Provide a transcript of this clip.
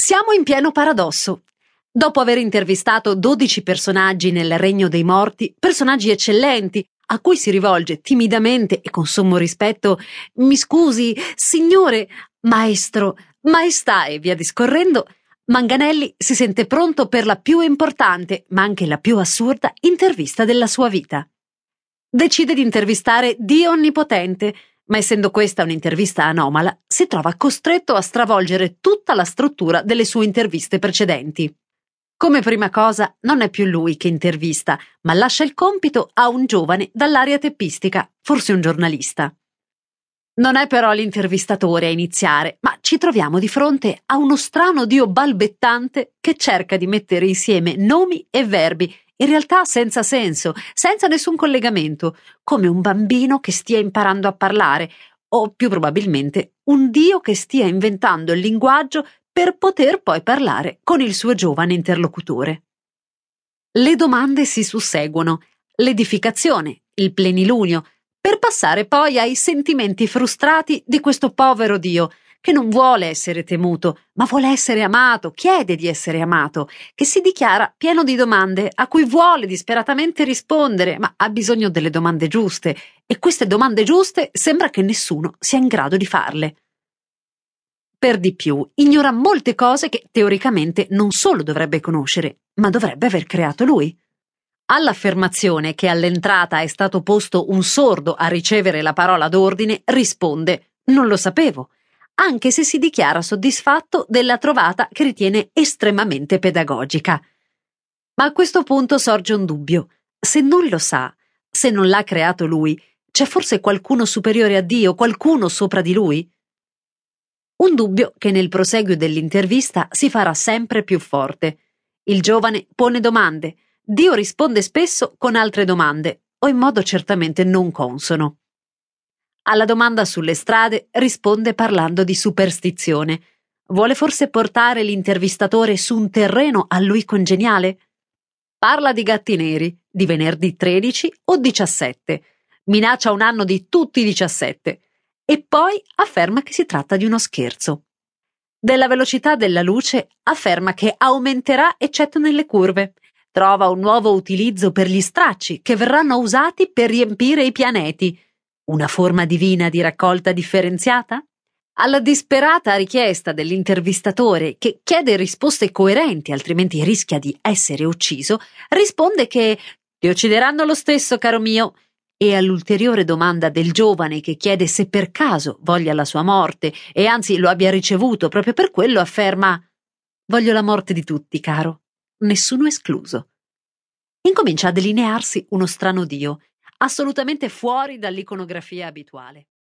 Siamo in pieno paradosso. Dopo aver intervistato 12 personaggi nel regno dei morti, personaggi eccellenti, a cui si rivolge timidamente e con sommo rispetto: mi scusi, signore, maestro, maestà e via discorrendo, Manganelli si sente pronto per la più importante, ma anche la più assurda, intervista della sua vita. Decide di intervistare Dio Onnipotente, ma essendo questa un'intervista anomala, si trova costretto a stravolgere tutta la struttura delle sue interviste precedenti. Come prima cosa, non è più lui che intervista, ma lascia il compito a un giovane dall'area teppistica, forse un giornalista. Non è però l'intervistatore a iniziare, ma ci troviamo di fronte a uno strano dio balbettante che cerca di mettere insieme nomi e verbi, in realtà senza senso, senza nessun collegamento, come un bambino che stia imparando a parlare, o più probabilmente un dio che stia inventando il linguaggio per poter poi parlare con il suo giovane interlocutore. Le domande si susseguono, l'edificazione, il plenilunio, per passare poi ai sentimenti frustrati di questo povero Dio, che non vuole essere temuto, ma vuole essere amato, chiede di essere amato, che si dichiara pieno di domande a cui vuole disperatamente rispondere, ma ha bisogno delle domande giuste, e queste domande giuste sembra che nessuno sia in grado di farle. Per di più, ignora molte cose che teoricamente non solo dovrebbe conoscere, ma dovrebbe aver creato lui. All'affermazione che all'entrata è stato posto un sordo a ricevere la parola d'ordine, risponde: non lo sapevo, anche se si dichiara soddisfatto della trovata che ritiene estremamente pedagogica. Ma a questo punto sorge un dubbio: se non lo sa, se non l'ha creato lui, c'è forse qualcuno superiore a Dio, qualcuno sopra di lui? Un dubbio che nel proseguio dell'intervista si farà sempre più forte. Il giovane pone domande, Dio risponde spesso con altre domande, o in modo certamente non consono. Alla domanda sulle strade risponde parlando di superstizione. Vuole forse portare l'intervistatore su un terreno a lui congeniale? Parla di gatti neri, di venerdì 13 o 17. Minaccia un anno di tutti i 17. E poi afferma che si tratta di uno scherzo. Della velocità della luce afferma che aumenterà eccetto nelle curve. Trova un nuovo utilizzo per gli stracci che verranno usati per riempire i pianeti. Una forma divina di raccolta differenziata? Alla disperata richiesta dell'intervistatore, che chiede risposte coerenti, altrimenti rischia di essere ucciso, risponde che ti uccideranno lo stesso, caro mio. E all'ulteriore domanda del giovane che chiede se per caso voglia la sua morte e anzi lo abbia ricevuto proprio per quello, afferma: voglio la morte di tutti, caro, nessuno escluso. Incomincia a delinearsi uno strano Dio, assolutamente fuori dall'iconografia abituale.